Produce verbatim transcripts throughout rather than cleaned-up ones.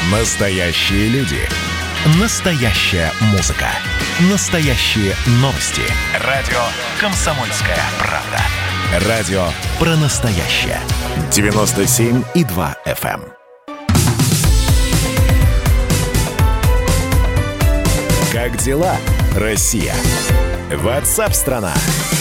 Настоящие люди. Настоящая музыка. Настоящие новости. Радио «Комсомольская правда». Радио про настоящее. девяносто семь и два эф эм. Как дела, Россия? Ватсап-страна!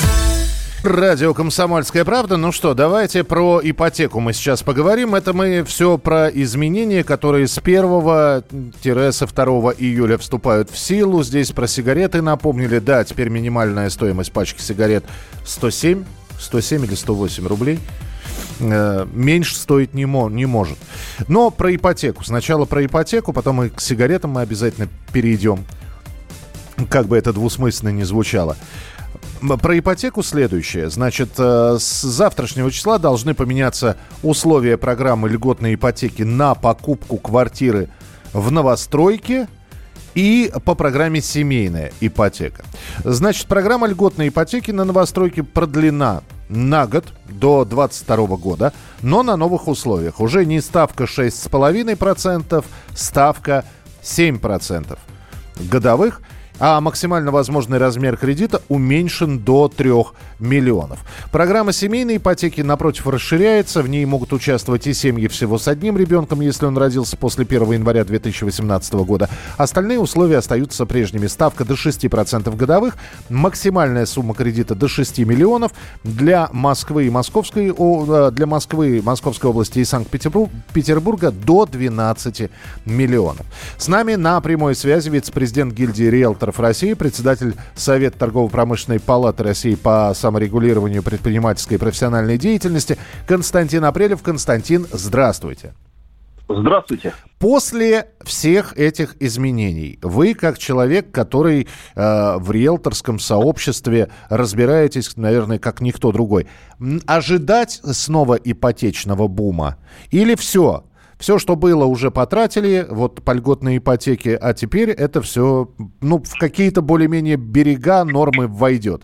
Радио «Комсомольская правда». Ну что, давайте про ипотеку мы сейчас поговорим. Это мы все про изменения, которые с первого - второго июля вступают в силу. Здесь про сигареты напомнили. Да, теперь минимальная стоимость пачки сигарет сто семь, сто семь или сто восемь рублей. Меньше стоить не, мо- не может. Но про ипотеку. Сначала про ипотеку, потом и к сигаретам мы обязательно перейдем. Как бы это двусмысленно ни звучало. Про ипотеку следующее. Значит, с завтрашнего числа должны поменяться условия программы льготной ипотеки на покупку квартиры в новостройке и по программе «Семейная ипотека». Значит, программа льготной ипотеки на новостройке продлена на год до двадцать второго года, но на новых условиях. Уже не ставка шесть целых пять десятых процента, ставка семь процентов годовых. А максимально возможный размер кредита уменьшен до трёх миллионов. Программа семейной ипотеки, напротив, расширяется. В ней могут участвовать и семьи всего с одним ребенком, если он родился после первого января две тысячи восемнадцатого года. Остальные условия остаются прежними. Ставка до шесть процентов годовых, максимальная сумма кредита до шести миллионов. Для Москвы и Московской, для Москвы, Московской области и Санкт-Петербурга до двенадцати миллионов. С нами на прямой связи вице-президент гильдии риэлторов России, председатель Совета торгово-промышленной палаты России по саморегулированию предпринимательской и профессиональной деятельности Константин Апрелев. Константин, здравствуйте. Здравствуйте. После всех этих изменений вы, как человек, который э, в риэлторском сообществе разбираетесь, наверное, как никто другой, ожидать снова ипотечного бума или все? Все, что было, уже потратили, вот по льготной ипотеке, а теперь это все, ну, в какие-то более-менее берега, нормы войдет?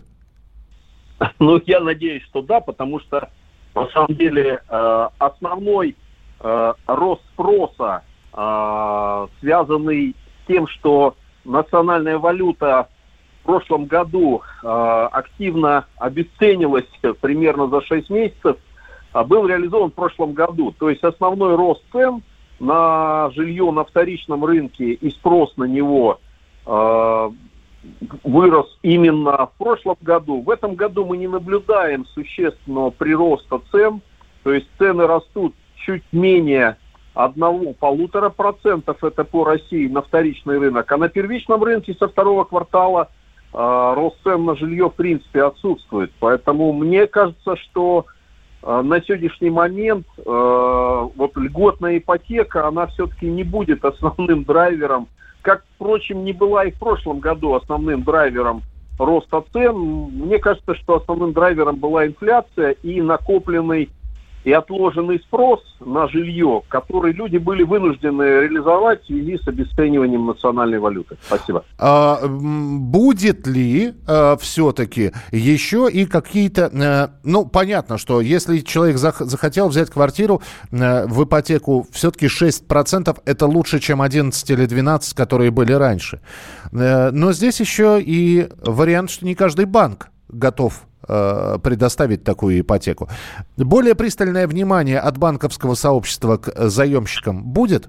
Ну, я надеюсь, что да, потому что, на самом деле, э, основной э, рост спроса, э, связанный с тем, что национальная валюта в прошлом году э, активно обесценилась примерно за шесть месяцев, был реализован в прошлом году. То есть основной рост цен на жилье на вторичном рынке и спрос на него э, вырос именно в прошлом году. В этом году мы не наблюдаем существенного прироста цен. То есть цены растут чуть менее одного-полутора процентов, это по России, на вторичный рынок. А на первичном рынке со второго квартала э, рост цен на жилье в принципе отсутствует. Поэтому мне кажется, что на сегодняшний момент э, вот льготная ипотека, она все-таки не будет основным драйвером, как, впрочем, не была и в прошлом году основным драйвером роста цен. Мне кажется, что основным драйвером была инфляция и накопленный и отложенный спрос на жилье, который люди были вынуждены реализовать в связи с обесцениванием национальной валюты. Спасибо. А, будет ли а, все-таки еще и какие-то... А, ну, понятно, что если человек зах- захотел взять квартиру а, в ипотеку, все-таки шесть процентов это лучше, чем одиннадцать или двенадцать, которые были раньше. А, но здесь еще и вариант, что не каждый банк готов предоставить такую ипотеку. Более пристальное внимание от банковского сообщества к заемщикам будет?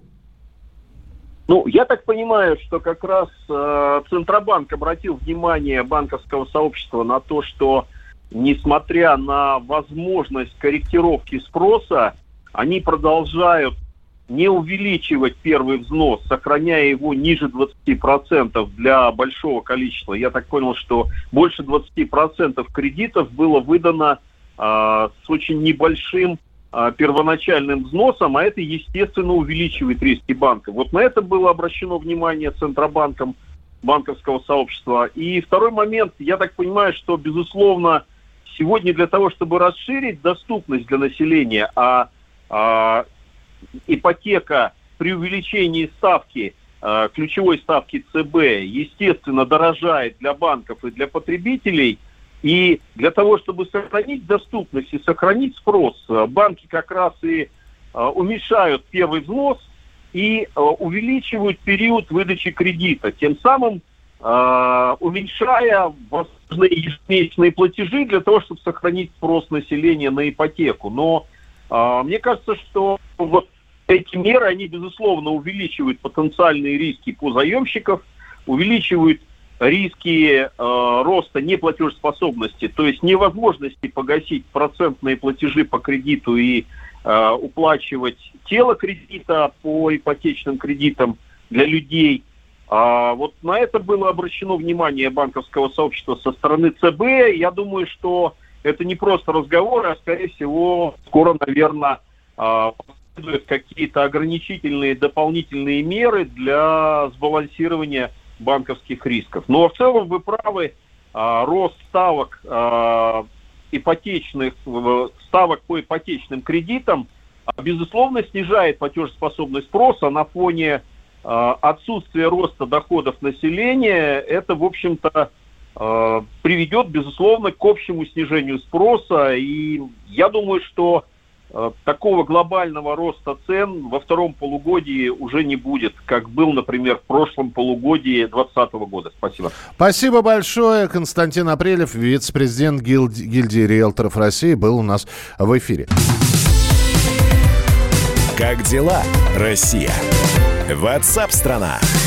Ну, я так понимаю, что как раз э, Центробанк обратил внимание банковского сообщества на то, что, несмотря на возможность корректировки спроса, они продолжают не увеличивать первый взнос, сохраняя его ниже двадцати процентов для большого количества. Я так понял, что больше двадцати процентов кредитов было выдано э, с очень небольшим э, первоначальным взносом, а это, естественно, увеличивает риски банка. Вот на это было обращено внимание Центробанком банковского сообщества. И второй момент, я так понимаю, что, безусловно, сегодня для того, чтобы расширить доступность для населения, а, а ипотека при увеличении ставки, э, ключевой ставки ЦБ, естественно, дорожает для банков и для потребителей. И для того, чтобы сохранить доступность и сохранить спрос, банки как раз и э, уменьшают первый взнос и э, увеличивают период выдачи кредита, тем самым э, уменьшая возможные ежемесячные платежи для того, чтобы сохранить спрос населения на ипотеку. Но э, мне кажется, что вот эти меры, они, безусловно, увеличивают потенциальные риски по заемщикам, увеличивают риски э, роста неплатежеспособности, то есть невозможности погасить процентные платежи по кредиту и э, уплачивать тело кредита по ипотечным кредитам для людей. А вот на это было обращено внимание банковского сообщества со стороны ЦБ. Я думаю, что это не просто разговоры, а, скорее всего, скоро, наверное, э, последуют какие-то ограничительные дополнительные меры для сбалансирования банковских рисков. Но в целом вы правы, а, рост ставок а, ипотечных, ставок по ипотечным кредитам, а, безусловно, снижает платежеспособность спроса на фоне а, отсутствия роста доходов населения. Это, в общем-то, а, приведет, безусловно, к общему снижению спроса. И я думаю, что такого глобального роста цен во втором полугодии уже не будет, как был, например, в прошлом полугодии две тысячи двадцатого года. Спасибо. Спасибо большое. Константин Апрелев, вице-президент гильдии, гильдии риэлторов России, был у нас в эфире. Как дела, Россия? WhatsApp-страна.